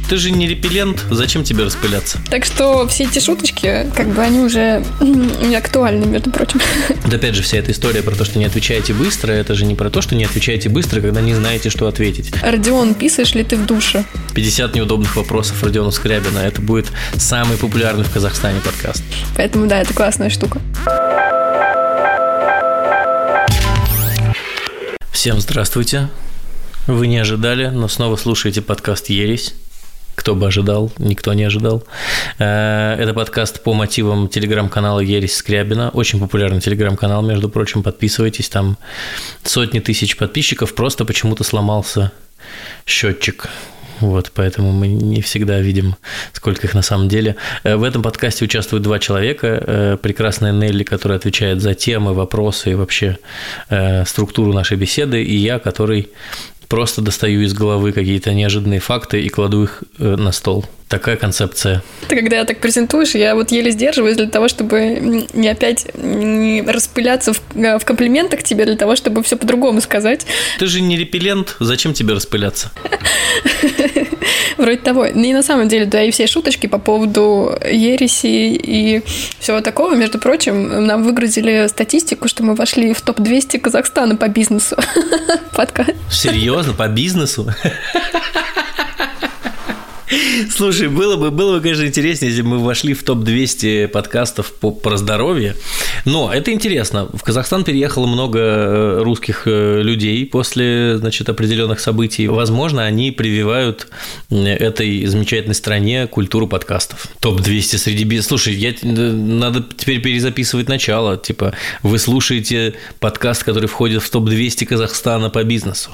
Ты же не репеллент, зачем тебе распыляться? Так что все эти шуточки, как бы они уже не актуальны, между прочим. Да опять же, вся эта история про то, что не отвечаете быстро, это же не про то, что не отвечаете быстро, когда не знаете, что ответить. Родион, писаешь ли ты в душе? 50 неудобных вопросов Родиона Скрябина. Это будет самый популярный в Казахстане подкаст. Поэтому да, это классная штука. Всем здравствуйте. Вы не ожидали, но снова слушаете подкаст «Ересь». Кто бы ожидал, никто не ожидал. Это подкаст по мотивам телеграм-канала «Ересь Скрябина». Очень популярный телеграм-канал, между прочим, подписывайтесь. Там сотни тысяч подписчиков, просто почему-то сломался счетчик. Вот, поэтому мы не всегда видим, сколько их на самом деле. В этом подкасте участвуют два человека. Прекрасная Нелли, которая отвечает за темы, вопросы и вообще структуру нашей беседы, и я, который просто достаю из головы какие-то неожиданные факты и кладу их на стол. Такая концепция. Ты когда так презентуешь, я вот еле сдерживаюсь для того, чтобы не опять не распыляться в комплиментах тебе, для того, чтобы все по-другому сказать. Ты же не репеллент, зачем тебе распыляться? Вроде того. И на самом деле, да, и все шуточки по поводу ереси и всего такого, между прочим, нам выгрузили статистику, что мы вошли в топ-200 Казахстана по бизнесу. Подкаст. Серьезно? По бизнесу? Слушай, было бы, конечно, интереснее, если бы мы вошли в топ-200 подкастов про здоровье. Но это интересно. В Казахстан переехало много русских людей после, значит, определенных событий. Возможно, они прививают этой замечательной стране культуру подкастов. Топ-200 среди бизнеса. Слушай, надо теперь перезаписывать начало. Типа, вы слушаете подкаст, который входит в топ-200 Казахстана по бизнесу.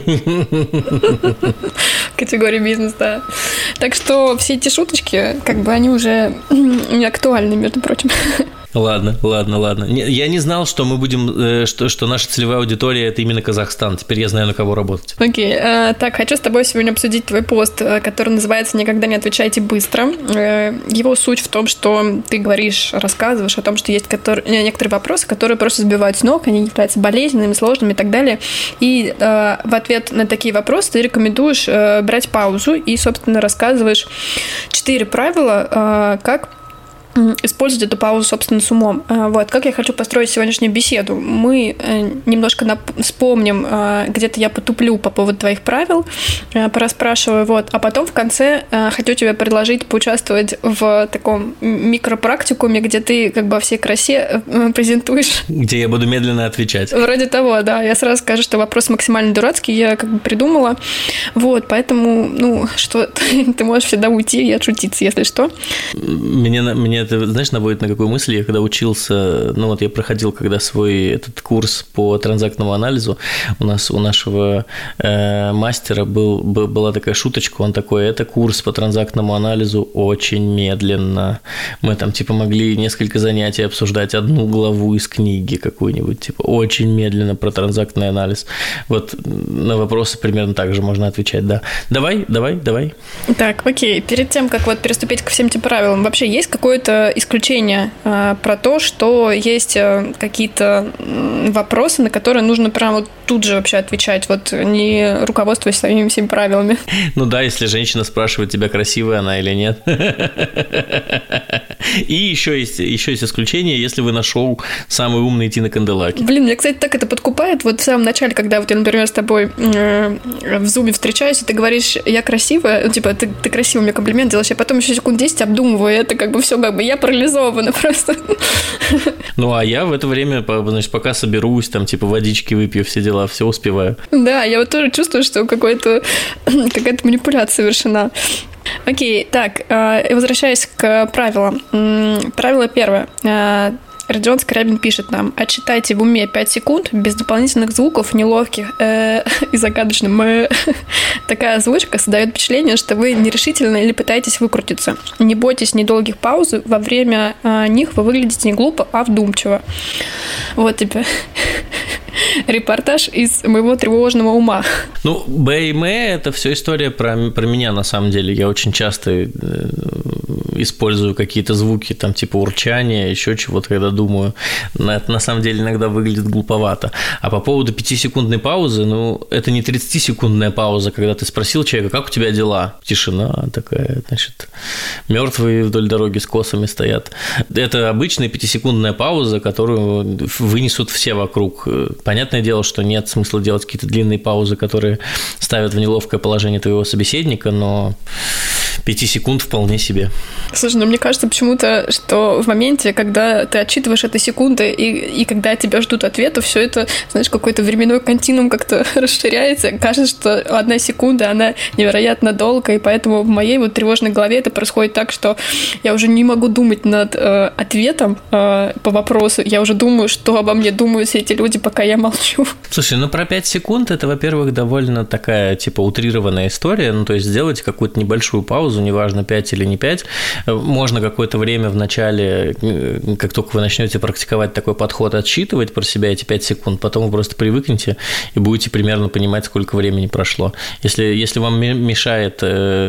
Категория бизнес, да. Так что все эти шуточки, как бы они уже не актуальны, между прочим. Ладно. Я не знал, что мы будем, что наша целевая аудитория – это именно Казахстан. Теперь я знаю, на кого работать. Окей. Так, хочу с тобой сегодня обсудить твой пост, который называется «Никогда не отвечайте быстро». Его суть в том, что ты говоришь, рассказываешь о том, что есть некоторые вопросы, которые просто сбивают с ног, они являются болезненными, сложными и так далее. И в ответ на такие вопросы ты рекомендуешь брать паузу и, собственно, рассказываешь 4 правила, как использовать эту паузу, собственно, с умом. Вот, как я хочу построить сегодняшнюю беседу. Мы немножко вспомним, где-то я потуплю по поводу твоих правил, порасспрашиваю, вот, а потом в конце хочу тебе предложить поучаствовать в таком микропрактикуме, где ты как бы во всей красе презентуешь. Где я буду медленно отвечать. Вроде того, да. Я сразу скажу, что вопрос максимально дурацкий, я как бы придумала. Вот, поэтому, что ты можешь всегда уйти и отшутиться, если что. Мне это, знаешь, наводит на какую мысль? Я когда учился, я проходил когда свой этот курс по транзактному анализу, у нашего мастера была такая шуточка, он такой: это курс по транзактному анализу очень медленно. Мы там типа могли несколько занятий обсуждать одну главу из книги какую-нибудь, типа очень медленно про транзактный анализ. Вот на вопросы примерно так же можно отвечать, да. Давай. Так, окей. Перед тем, как вот переступить ко всем этим правилам, вообще есть какое-то исключение про то, что есть какие-то вопросы, на которые нужно прямо вот тут же вообще отвечать, вот не руководствуясь своими всеми правилами. Ну да, если женщина спрашивает тебя, красивая она или нет. И еще есть исключение, если вы на шоу «Самый умный Тина Канделаки». Блин, меня, кстати, так это подкупает. Вот в самом начале, когда вот я, например, с тобой в зуме встречаюсь, и ты говоришь: я красивая, типа, ты красивый, мне комплимент делаешь, я потом еще секунд 10 обдумываю, это как бы все, как бы я парализована просто. Ну, а я в это время, значит, пока соберусь, там, типа, водички выпью, все дела, все успеваю. Да, я вот тоже чувствую, что какая-то манипуляция совершена. Окей, так, возвращаясь к правилам. Правило первое. Родион Скрябин пишет нам: отчитайте в уме 5 секунд без дополнительных звуков, неловких и загадочным. Такая озвучка создает впечатление, что вы нерешительны или пытаетесь выкрутиться. Не бойтесь недолгих пауз, во время них вы выглядите не глупо, а вдумчиво. Вот тебе репортаж из моего тревожного ума. использую какие-то звуки, там, типа урчания, еще чего-то, когда думаю. Это на самом деле иногда выглядит глуповато. А по поводу 5-секундной паузы, ну, это не 30-секундная пауза, когда ты спросил человека, как у тебя дела? Тишина такая, значит, мертвые вдоль дороги с косами стоят. Это обычная 5-секундная пауза, которую вынесут все вокруг. Понятное дело, что нет смысла делать какие-то длинные паузы, которые ставят в неловкое положение твоего собеседника, но 5 секунд вполне себе. Слушай, ну мне кажется почему-то, что в моменте, когда ты отсчитываешь эти секунды и когда тебя ждут ответа, все это, знаешь, какой-то временной континуум как-то расширяется. Кажется, что 1 секунда, она невероятно долго, и поэтому в моей вот тревожной голове это происходит так, что я уже не могу думать над ответом по вопросу. Я уже думаю, что обо мне думают все эти люди, пока я молчу. Слушай, ну про 5 секунд это, во-первых, довольно такая, типа, утрированная история. Ну, то есть сделать какую-то небольшую паузу, неважно, 5 или не 5. Можно какое-то время в начале, как только вы начнете практиковать такой подход, отсчитывать про себя эти 5 секунд, потом вы просто привыкнете и будете примерно понимать, сколько времени прошло. Если вам мешает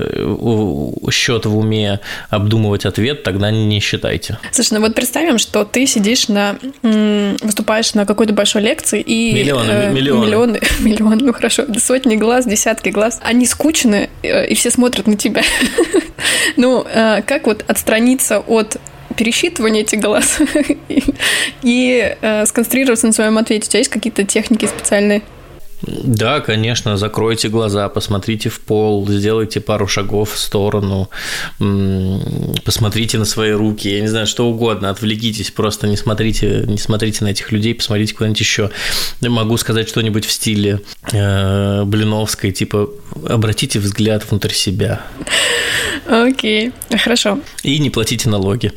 счет в уме обдумывать ответ, тогда не считайте. Слушай, ну вот представим, что ты сидишь выступаешь на какой-то большой лекции и... Миллионы, ну хорошо, сотни глаз, десятки глаз. Они скучны, и все смотрят на тебя. Ну, как вот отстраниться от пересчитывания этих глаз и сконцентрироваться на своем ответе? У тебя есть какие-то техники специальные? Да, конечно, закройте глаза, посмотрите в пол, сделайте пару шагов в сторону, посмотрите на свои руки, я не знаю, что угодно, отвлекитесь, просто не смотрите на этих людей, посмотрите куда-нибудь еще. Могу сказать что-нибудь в стиле Блиновской, типа обратите взгляд внутрь себя. Окей, хорошо. И не платите налоги.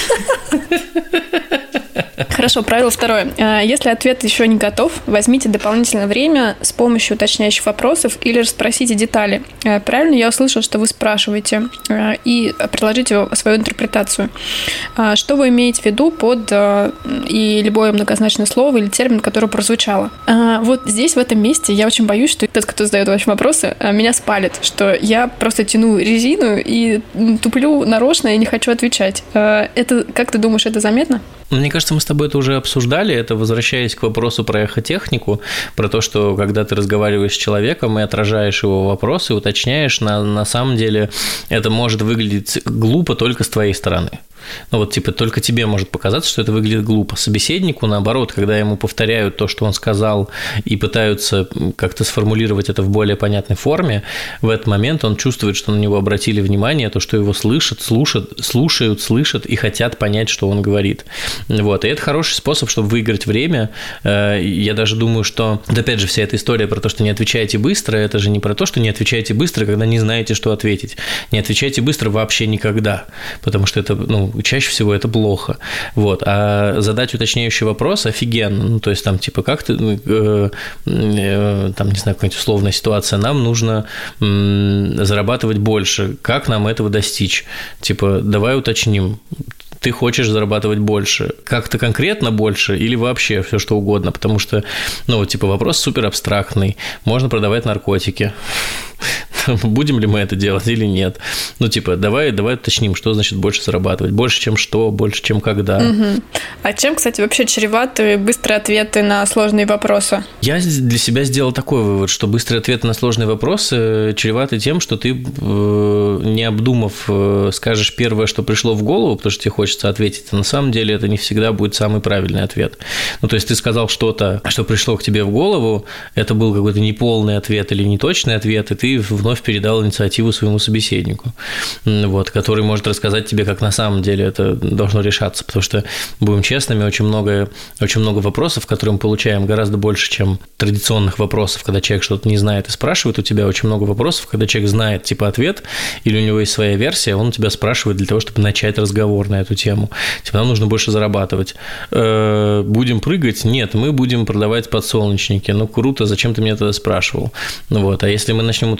Хорошо, правило 2. Если ответ еще не готов, возьмите дополнительное время с помощью уточняющих вопросов или расспросите детали. Правильно я услышала, что вы спрашиваете, и предложите свою интерпретацию. Что вы имеете в виду под и любое многозначное слово или термин, который прозвучало? Вот здесь, в этом месте, я очень боюсь, что тот, кто задает ваши вопросы, меня спалит, что я просто тяну резину и туплю нарочно и не хочу отвечать. Это, как ты думаешь, это заметно? Мне кажется, мы с тобой это уже обсуждали, это возвращаясь к вопросу про эхотехнику, про то, что когда ты разговариваешь с человеком и отражаешь его вопросы, уточняешь, на самом деле это может выглядеть глупо только с твоей стороны. Ну вот, типа, только тебе может показаться, что это выглядит глупо. Собеседнику, наоборот, когда ему повторяют то, что он сказал, и пытаются как-то сформулировать это в более понятной форме, в этот момент он чувствует, что на него обратили внимание, то, что его слушают и хотят понять, что он говорит. Вот, и это хороший способ, чтобы выиграть время. Я даже думаю, что, опять же, вся эта история про то, что не отвечаете быстро, это же не про то, что не отвечаете быстро, когда не знаете, что ответить. Не отвечайте быстро вообще никогда, потому что это, чаще всего это плохо. Вот. А задать уточняющий вопрос офигенно. Ну, то есть, там, типа, как ты, там, не знаю, какая-нибудь условная ситуация, нам нужно зарабатывать больше. Как нам этого достичь? Типа, давай уточним. Ты хочешь зарабатывать больше. Как-то конкретно больше или вообще все что угодно, потому что, вопрос супер абстрактный. Можно продавать наркотики. Будем ли мы это делать или нет? Давай уточним, что значит больше зарабатывать. Больше, чем что, больше, чем когда. Угу. А чем, кстати, вообще чреваты быстрые ответы на сложные вопросы? Я для себя сделал такой вывод, что быстрые ответы на сложные вопросы чреваты тем, что ты, не обдумав, скажешь первое, что пришло в голову, потому что тебе хочется ответить, а на самом деле это не всегда будет самый правильный ответ. То есть ты сказал что-то, что пришло к тебе в голову, это был какой-то неполный ответ или неточный ответ, и ты вновь передал инициативу своему собеседнику, который может рассказать тебе, как на самом деле это должно решаться, потому что, будем честными, очень много вопросов, которые мы получаем, гораздо больше, чем традиционных вопросов, когда человек что-то не знает и спрашивает у тебя, очень много вопросов, когда человек знает типа ответ, или у него есть своя версия, он у тебя спрашивает для того, чтобы начать разговор на эту тему. Нам нужно больше зарабатывать. Будем прыгать? Нет, мы будем продавать подсолнечники. Круто, зачем ты меня тогда спрашивал? А если мы начнем уточнять,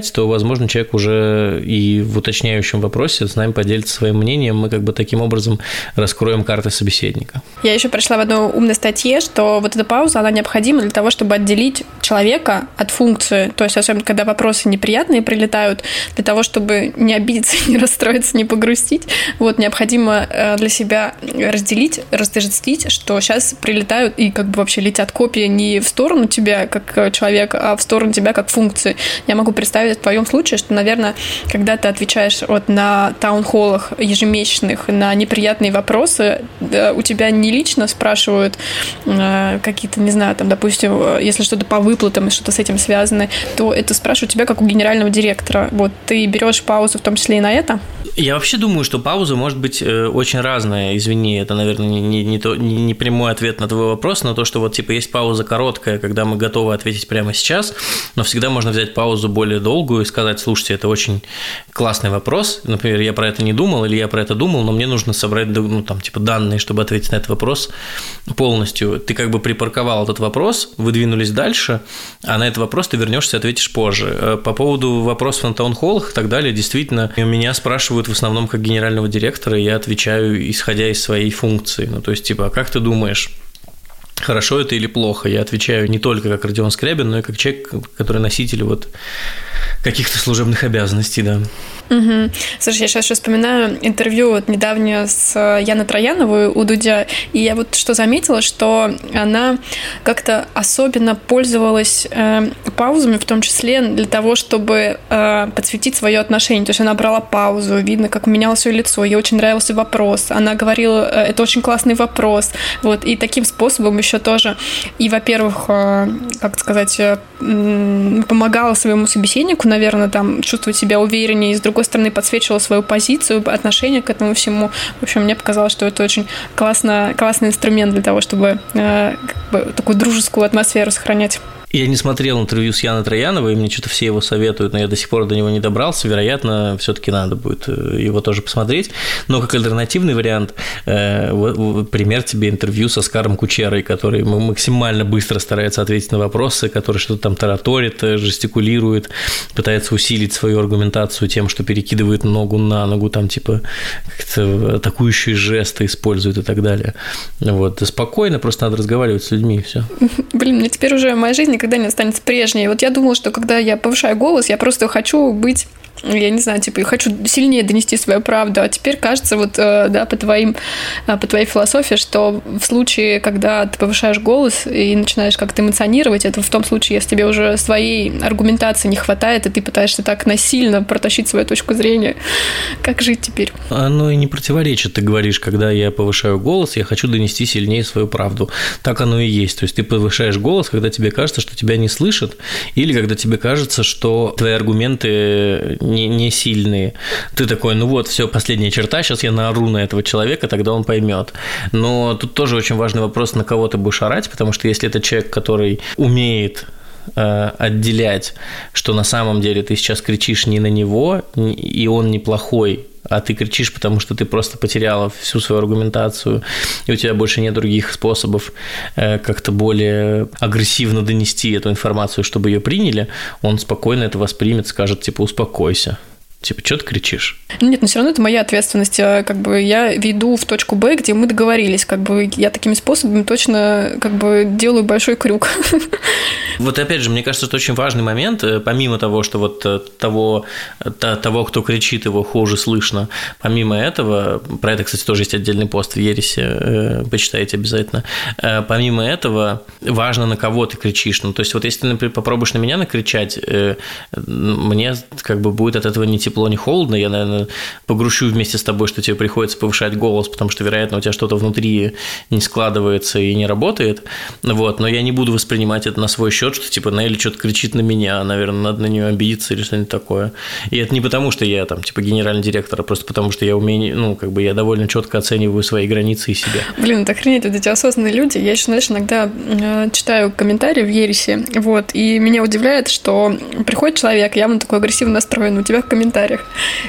уточнять, то, возможно, человек уже и в уточняющем вопросе с нами поделится своим мнением. Мы как бы таким образом раскроем карты собеседника. Я еще прочла в одной умной статье, что вот эта пауза, она необходима для того, чтобы отделить человека от функции. То есть, особенно, когда вопросы неприятные прилетают, для того, чтобы не обидеться, не расстроиться, не погрустить, вот, необходимо для себя разделить, разделить, что сейчас прилетают и как бы вообще летят копии не в сторону тебя как человека, а в сторону тебя как функции. Я могу представить в твоем случае, что, наверное, когда ты отвечаешь вот на таунхоллах ежемесячных на неприятные вопросы, у тебя не лично спрашивают какие-то, не знаю, там, допустим, если что-то по выплатам и что-то с этим связано, то это спрашивают тебя как у генерального директора. Вот ты берешь паузу в том числе и на это? Я вообще думаю, что пауза может быть очень разная. Извини, это, наверное, не прямой ответ на твой вопрос, но то, что вот типа есть пауза короткая, когда мы готовы ответить прямо сейчас, но всегда можно взять паузу более долгую и сказать: слушайте, это очень классный вопрос, например, я про это не думал или я про это думал, но мне нужно собрать, ну, там, типа, данные, чтобы ответить на этот вопрос полностью. Ты как бы припарковал этот вопрос, вы двинулись дальше, а на этот вопрос ты вернешься и ответишь позже. По поводу вопросов на таунхоллах и так далее, действительно, меня спрашивают в основном как генерального директора, и я отвечаю, исходя из своей функции. Ну, то есть, типа, а как ты думаешь, хорошо это или плохо? Я отвечаю не только как Родион Скрябин, но и как человек, который носитель вот каких-то служебных обязанностей, да. Угу. Слушай, я сейчас еще вспоминаю интервью вот недавнее с Яной Трояновой у Дудя, и я вот что заметила, что она как-то особенно пользовалась паузами, в том числе для того, чтобы подсветить свое отношение. То есть она брала паузу, видно, как менялось ее лицо, ей очень нравился вопрос. Она говорила: это очень классный вопрос. Вот, и таким способом еще тоже и, во-первых, как сказать, помогала своему собеседнику, наверное, там чувствовать себя увереннее, и с другой стороны подсвечивала свою позицию, отношение к этому всему. В общем, мне показалось, что это очень классный инструмент для того, чтобы как бы такую дружескую атмосферу сохранять. Я не смотрел интервью с Яной Трояновой, и мне что-то все его советуют, но я до сих пор до него не добрался. Вероятно, все-таки надо будет его тоже посмотреть. Но как альтернативный вариант, пример тебе интервью с Оскаром Кучерой, который максимально быстро старается ответить на вопросы, который что-то там тараторит, жестикулирует, пытается усилить свою аргументацию тем, что перекидывает ногу на ногу, там типа как-то атакующие жесты использует и так далее. Вот. Спокойно, просто надо разговаривать с людьми, и все. Блин, мне теперь уже моя жизнь никогда не останется прежней. Вот я думала, что когда я повышаю голос, я просто хочу быть, я не знаю, типа, хочу сильнее донести свою правду. А теперь кажется, вот, да, по твоей философии, что в случае, когда ты повышаешь голос и начинаешь как-то эмоционировать, это в том случае, если тебе уже своей аргументации не хватает, и ты пытаешься так насильно протащить свою точку зрения. Как жить теперь? Оно и не противоречит. Ты говоришь, когда я повышаю голос, я хочу донести сильнее свою правду. Так оно и есть. То есть ты повышаешь голос, когда тебе кажется, что тебя не слышат, или когда тебе кажется, что твои аргументы не сильные. Ты такой: ну вот, все, последняя черта, сейчас я наору на этого человека, тогда он поймет. Но тут тоже очень важный вопрос, на кого ты будешь орать, потому что если это человек, который умеет отделять, что на самом деле ты сейчас кричишь не на него, и он неплохой, а ты кричишь, потому что ты просто потеряла всю свою аргументацию, и у тебя больше нет других способов как-то более агрессивно донести эту информацию, чтобы ее приняли, он спокойно это воспримет, скажет, типа, успокойся. Типа, что ты кричишь? Нет, но все равно это моя ответственность. Как бы я веду в точку Б, где мы договорились. Как бы я такими способами точно как бы делаю большой крюк. Вот опять же, мне кажется, что очень важный момент, помимо того, что вот того, кто кричит, его хуже слышно, помимо этого, про это, кстати, тоже есть отдельный пост в Ересе, почитайте обязательно, помимо этого, важно, на кого ты кричишь. Ну, то есть, вот если ты, например, попробуешь на меня накричать, мне как бы будет от этого ни тепло, ни холодно, я, наверное, погрущу вместе с тобой, что тебе приходится повышать голос, потому что, вероятно, у тебя что-то внутри не складывается и не работает, вот, но я не буду воспринимать это на свой счет, что типа Нелли что-то кричит на меня, наверное, надо на нее обидеться или что-нибудь такое. И это не потому, что я там типа генеральный директор, а просто потому, что я умею, ну, как бы я довольно четко оцениваю свои границы и себя. Блин, это охренеть, вот эти осознанные люди. Я еще, знаешь, иногда читаю комментарии в Ересе, вот, и меня удивляет, что приходит человек, явно такой агрессивно настроен, у тебя в комментариях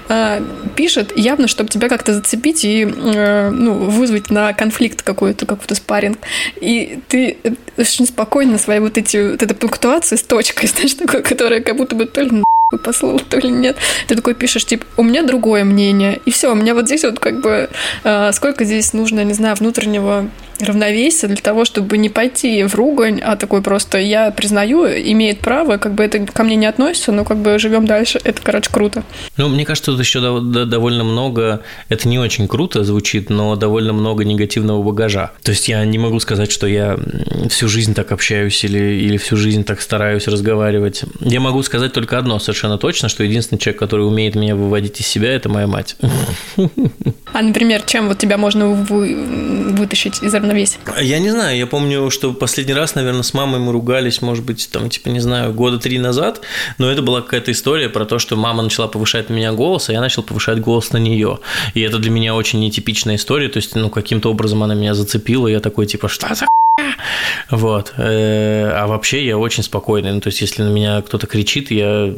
пишет, явно, чтобы тебя как-то зацепить и вызвать на конфликт какой-то спарринг. И ты очень спокойно свои вот эту пунктуацию с точкой, знаешь, такой, которая как будто бы то ли послал, то ли нет. Ты такой пишешь, типа, у меня другое мнение. И все, у меня вот здесь вот как бы сколько здесь нужно, не знаю, внутреннего равновесия для того, чтобы не пойти в ругань, а такой просто я признаю, имеет право, как бы это ко мне не относится, но как бы живем дальше. Это, короче, круто. Ну, мне кажется, тут еще довольно много, это не очень круто звучит, но довольно много негативного багажа. То есть я не могу сказать, что я всю жизнь так общаюсь или всю жизнь так стараюсь разговаривать. Я могу сказать только одно совершенно точно, что единственный человек, который умеет меня выводить из себя, это моя мать. А, например, чем вот тебя можно вытащить из равновесия? Я не знаю, я помню, что последний раз, наверное, с мамой мы ругались, может быть, там, типа, не знаю, 3 года назад, но это была какая-то история про то, что мама начала повышать на меня голос, а я начал повышать голос на нее. И это для меня очень нетипичная история, то есть, ну, каким-то образом она меня зацепила, я такой, типа, что за вот. А вообще я очень спокойный. Ну, то есть, если на меня кто-то кричит,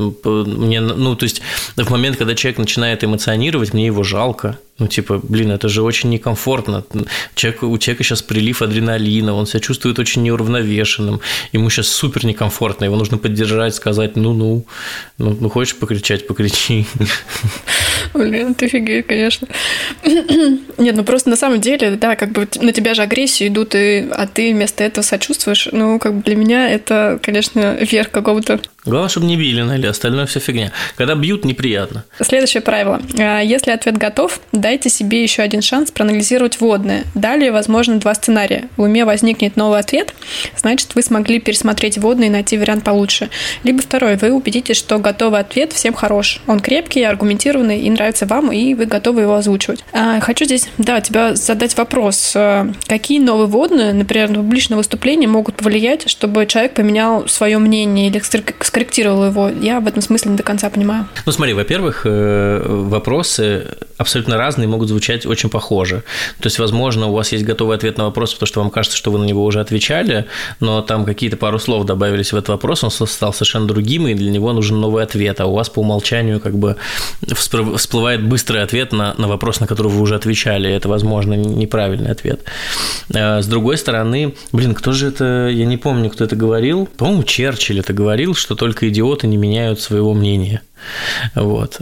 то есть, в момент, когда человек начинает эмоционировать, мне его жалко. Ну, типа, блин, это же очень некомфортно. У человека сейчас прилив адреналина, он себя чувствует очень неуравновешенным, ему сейчас супер некомфортно, его нужно поддержать, сказать, ну, хочешь покричать, покричи. Блин, ты офигеть, конечно. Нет, ну просто на самом деле, да, как бы на тебя же агрессию идут, а ты вместо этого сочувствуешь. Ну, как бы для меня это, конечно, верх какого-то. Главное, чтобы не били, или остальное все фигня. Когда бьют, неприятно. Следующее правило. Если ответ готов, дайте себе еще один шанс проанализировать вводное. Далее, возможно, 2 сценария. В уме возникнет новый ответ, значит, вы смогли пересмотреть вводное и найти вариант получше. Либо второй, вы убедитесь, что готовый ответ всем хорош. Он крепкий, аргументированный и нравится вам, и вы готовы его озвучивать. Хочу здесь, тебя задать вопрос. Какие новые вводные, например, публичное выступление могут повлиять, чтобы человек поменял свое мнение или скорректировал его? Я в этом смысле не до конца понимаю. Ну, смотри, во-первых, вопросы абсолютно разные могут звучать очень похоже. То есть, возможно, у вас есть готовый ответ на вопрос, потому что вам кажется, что вы на него уже отвечали, но там какие-то пару слов добавились в этот вопрос, он стал совершенно другим, и для него нужен новый ответ, а у вас по умолчанию как бы всплывает быстрый ответ на вопрос, на который вы уже отвечали. Это, возможно, неправильный ответ. С другой стороны, кто же это, я не помню, кто это говорил, по-моему, Черчилль это говорил, что только идиоты не меняют своего мнения. Вот.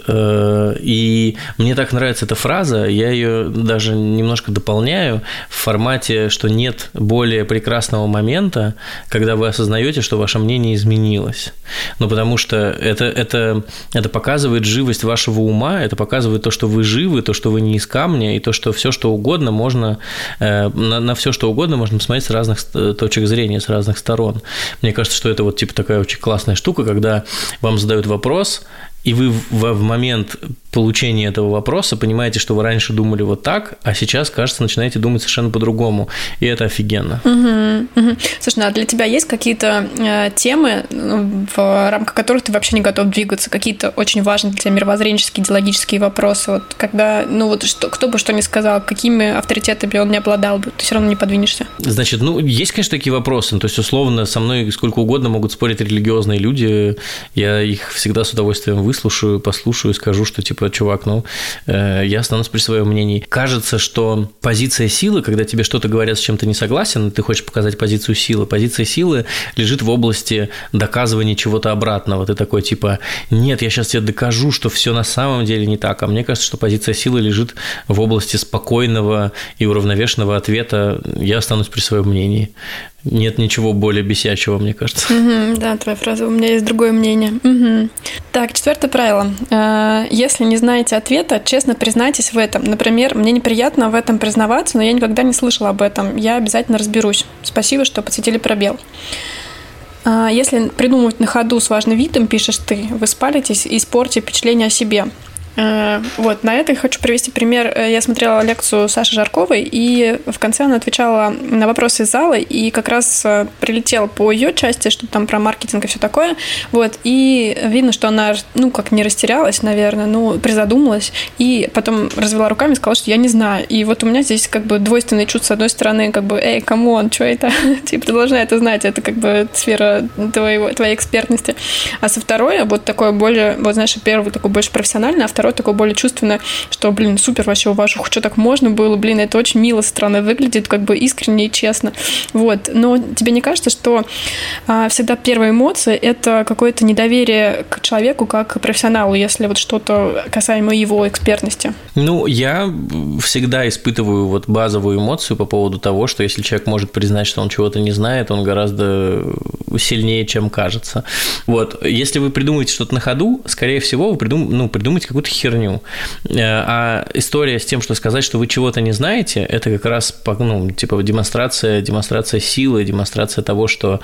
И мне так нравится эта фраза, я ее даже немножко дополняю в формате, что нет более прекрасного момента, когда вы осознаете, что ваше мнение изменилось. Ну, потому что это показывает живость вашего ума, это показывает то, что вы живы, то, что вы не из камня, и то, что все, что угодно можно, на все, что угодно можно посмотреть с разных точек зрения, с разных сторон. Мне кажется, что это вот типа такая очень классная штука, когда вам задают вопрос, и вы в момент получения этого вопроса понимаете, что вы раньше думали вот так, а сейчас, кажется, начинаете думать совершенно по-другому. И это офигенно. Слушай, а для тебя есть какие-то темы, в рамках которых ты вообще не готов двигаться? Какие-то очень важные для тебя мировоззренческие, идеологические вопросы? Вот когда, кто бы что ни сказал, какими авторитетами он не обладал бы, ты все равно не подвинешься. Значит, есть, конечно, такие вопросы. То есть, условно, со мной сколько угодно могут спорить религиозные люди. Я их всегда с удовольствием выслушаю, послушаю, скажу, что типа, чувак, я останусь при своем мнении. Кажется, что позиция силы, когда тебе что-то говорят, с чем ты не согласен, ты хочешь показать позицию силы. Позиция силы лежит в области доказывания чего-то обратного. Ты такой, типа, нет, я сейчас тебе докажу, что все на самом деле не так. А мне кажется, что позиция силы лежит в области спокойного и уравновешенного ответа. Я останусь при своем мнении. Нет ничего более бесячего, мне кажется. Да, твоя фраза «у меня есть другое мнение». Так, 4 правило. Если не знаете ответа, честно признайтесь в этом. Например, мне неприятно в этом признаваться, но я никогда не слышала об этом. Я обязательно разберусь. Спасибо, что подсветили пробел. Если придумывать на ходу с важным видом, пишешь ты, вы спалитесь и испортите впечатление о себе. Вот, на это я хочу привести пример. Я смотрела лекцию Саши Жарковой, и в конце она отвечала на вопросы из зала, и как раз прилетела по ее части, что там про маркетинг и все такое. Вот, и видно, что она, как не растерялась, наверное, призадумалась, и потом развела руками и сказала, что я не знаю. И вот у меня здесь как бы двойственные чувства. С одной стороны, как бы, эй, камон, что это? Типа, ты должна это знать, это как бы сфера твоей экспертности. А со второй, вот такое более, вот знаешь, первый такой больше профессиональный, а второй наоборот, такое более чувственное, что, блин, супер вообще, уважу, что так можно было, блин, это очень мило со стороны выглядит, как бы искренне и честно. Вот. Но тебе не кажется, что всегда первая эмоция — это какое-то недоверие к человеку как к профессионалу, если вот что-то касаемо его экспертности? Ну, я всегда испытываю вот базовую эмоцию по поводу того, что если человек может признать, что он чего-то не знает, он гораздо сильнее, чем кажется. Вот. Если вы придумаете что-то на ходу, скорее всего, вы придумаете какую-то херню. А история с тем, что сказать, что вы чего-то не знаете, это как раз, типа демонстрация силы, демонстрация того, что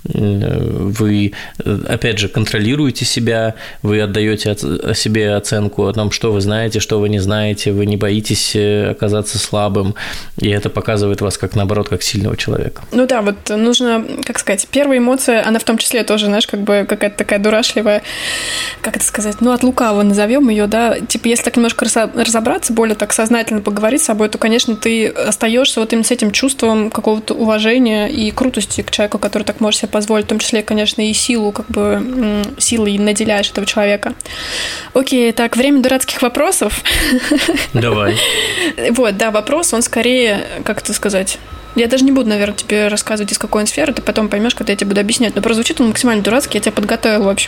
вы, опять же, контролируете себя, вы отдаете себе оценку о том, что вы знаете, что вы не знаете, вы не боитесь оказаться слабым, и это показывает вас как, наоборот, как сильного человека. Ну да, вот нужно, как сказать, первая эмоция, она в том числе тоже, знаешь, как бы какая-то такая дурашливая, как это сказать, от лукавого назовем ее, да, типа, если так немножко разобраться, более так сознательно поговорить с собой, то, конечно, ты остаешься вот именно с этим чувством какого-то уважения и крутости к человеку, который так может себе позволить, в том числе, конечно, и силу, как бы, силой наделяешь этого человека. Окей, так, время дурацких вопросов. Давай. Вот, да, вопрос, он скорее, как это сказать... Я даже не буду, наверное, тебе рассказывать, из какой он сферы, ты потом поймешь, когда я тебе буду объяснять. Но прозвучит он максимально дурацкий, я тебя подготовила, в общем.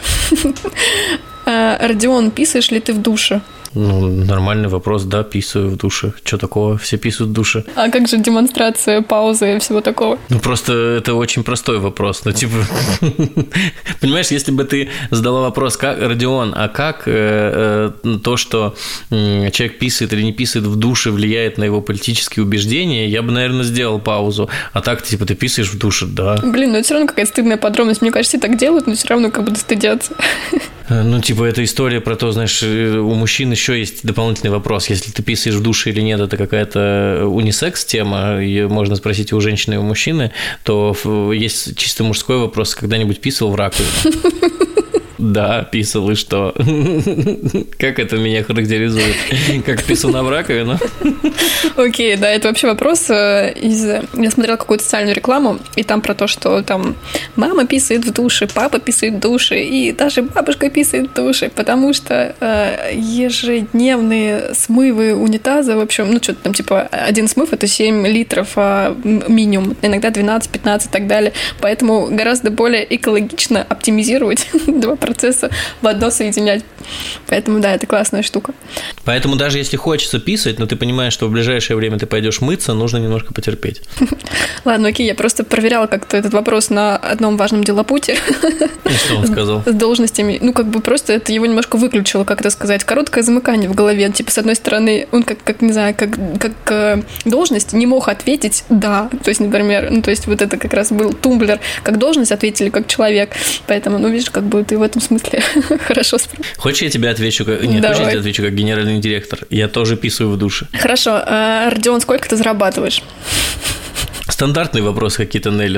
Родион, писаешь ли ты в душе? Ну, нормальный вопрос, да, писаю в душе. Что такого? Все писают в душе. А как же демонстрация, паузы и всего такого? Ну, просто это очень простой вопрос. Ну, типа, понимаешь, если бы ты задала вопрос, как, Родион, а как то, что человек писает или не писает в душе, влияет на его политические убеждения, я бы, наверное, сделал паузу. А так, типа, ты писаешь в душе, да. Блин, ну это все равно какая-то стыдная подробность. Мне кажется, все так делают, но все равно как бы стыдятся. Ну, типа, это история про то, знаешь, у мужчин еще есть дополнительный вопрос. Если ты писаешь в душе или нет, это какая-то унисекс-тема, и можно спросить у женщины и у мужчины, то есть чисто мужской вопрос, когда-нибудь писал в раковину? Да, писал, и что? Как это меня характеризует? Как писуна в раковину? Окей, да, это вообще вопрос из... Я смотрела какую-то социальную рекламу, и там про то, что там мама писает в душе, папа писает в душе, и даже бабушка писает в душе, потому что ежедневные смывы унитаза, в общем, ну, что-то там, типа, один смыв – это 7 литров минимум, иногда 12-15 и так далее, поэтому гораздо более экологично оптимизировать два процесса в одно соединять. Поэтому, да, это классная штука. Поэтому даже если хочется писать, но ты понимаешь, что в ближайшее время ты пойдешь мыться, нужно немножко потерпеть. Ладно, окей, я просто проверяла как-то этот вопрос на одном важном делопуте. И что он сказал? С должностями. Ну, как бы просто это его немножко выключило, как это сказать, короткое замыкание в голове. Типа, с одной стороны, он как не знаю, как должность не мог ответить «да». То есть, например, ну, то есть вот это как раз был тумблер. Как должность ответили как человек. Поэтому, ну, видишь, как бы ты в этом смысле хорошо справился. Хочешь, я тебе отвечу? Нет, хочешь, я тебе отвечу как генеральный директор? Я тоже писаю в душе. Хорошо. Родион, сколько ты зарабатываешь? Стандартные вопросы какие-то, Нелли,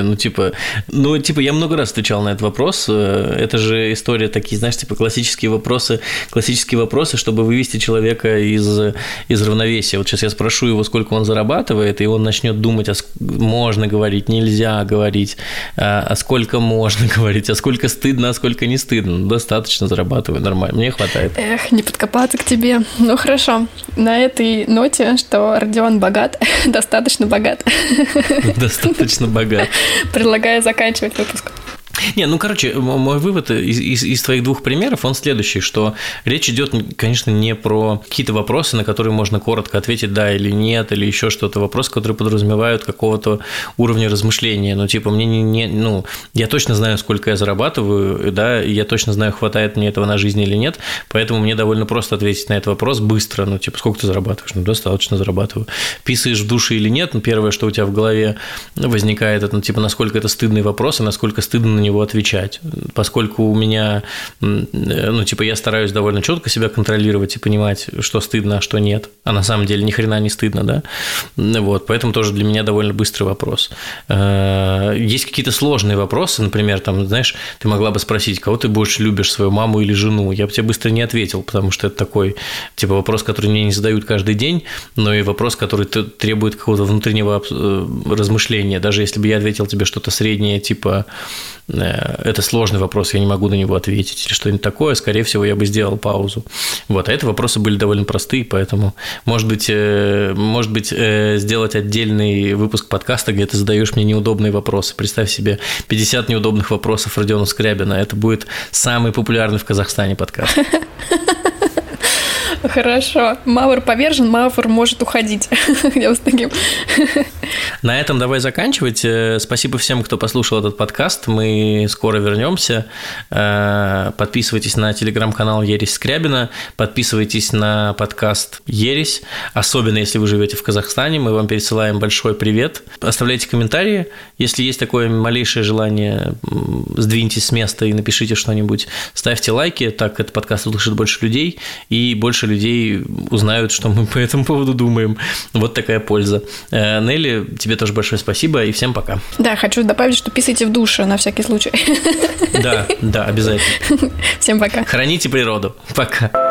я много раз отвечал на этот вопрос, это же история такие, знаешь, типа классические вопросы, чтобы вывести человека из равновесия. Вот сейчас я спрошу его, сколько он зарабатывает, и он начнет думать, можно говорить, нельзя говорить, а сколько можно говорить, а сколько стыдно, а сколько не стыдно. Ну, достаточно зарабатываю, нормально, мне хватает. Эх, не подкопаться к тебе. Ну, хорошо, на этой ноте, что Родион богат, достаточно богат. Достаточно богат. Предлагаю заканчивать выпуск. Не, ну, короче, мой вывод из твоих двух примеров, он следующий, что речь идет, конечно, не про какие-то вопросы, на которые можно коротко ответить да или нет, или еще что-то, вопросы, которые подразумевают какого-то уровня размышления, ну, типа, я точно знаю, сколько я зарабатываю, да, и я точно знаю, хватает мне этого на жизнь или нет, поэтому мне довольно просто ответить на этот вопрос быстро, ну, типа, сколько ты зарабатываешь? Ну, достаточно зарабатываю. Писаешь в душе или нет? Ну, первое, что у тебя в голове возникает, это, ну, типа, насколько это стыдный вопрос, и насколько стыдно на него отвечать, поскольку у меня, ну, типа, я стараюсь довольно четко себя контролировать и понимать, что стыдно, а что нет, а на самом деле ни хрена не стыдно, да, вот, поэтому тоже для меня довольно быстрый вопрос. Есть какие-то сложные вопросы, например, там, знаешь, ты могла бы спросить, кого ты больше любишь, свою маму или жену, я бы тебе быстро не ответил, потому что это такой, типа, вопрос, который мне не задают каждый день, но и вопрос, который требует какого-то внутреннего размышления, даже если бы я ответил тебе что-то среднее, типа, это сложный вопрос, я не могу на него ответить, или что-нибудь такое, скорее всего, я бы сделал паузу. Вот, а эти вопросы были довольно простые, поэтому, может быть, сделать отдельный выпуск подкаста, где ты задаешь мне неудобные вопросы. Представь себе 50 неудобных вопросов Родиона Скрябина. Это будет самый популярный в Казахстане подкаст. Хорошо. Мавр повержен, Мавр может уходить. Я вот таким. На этом давай заканчивать. Спасибо всем, кто послушал этот подкаст. Мы скоро вернемся. Подписывайтесь на телеграм-канал Ересь Скрябина. Подписывайтесь на подкаст Ересь. Особенно, если вы живете в Казахстане. Мы вам пересылаем большой привет. Оставляйте комментарии. Если есть такое малейшее желание, сдвиньтесь с места и напишите что-нибудь. Ставьте лайки. Так этот подкаст услышит больше людей. И больше людей узнают, что мы по этому поводу думаем. Вот такая польза. Нелли, тебе тоже большое спасибо, и всем пока. Да, хочу добавить, что писайте в душе на всякий случай. Да, обязательно. Всем пока. Храните природу. Пока.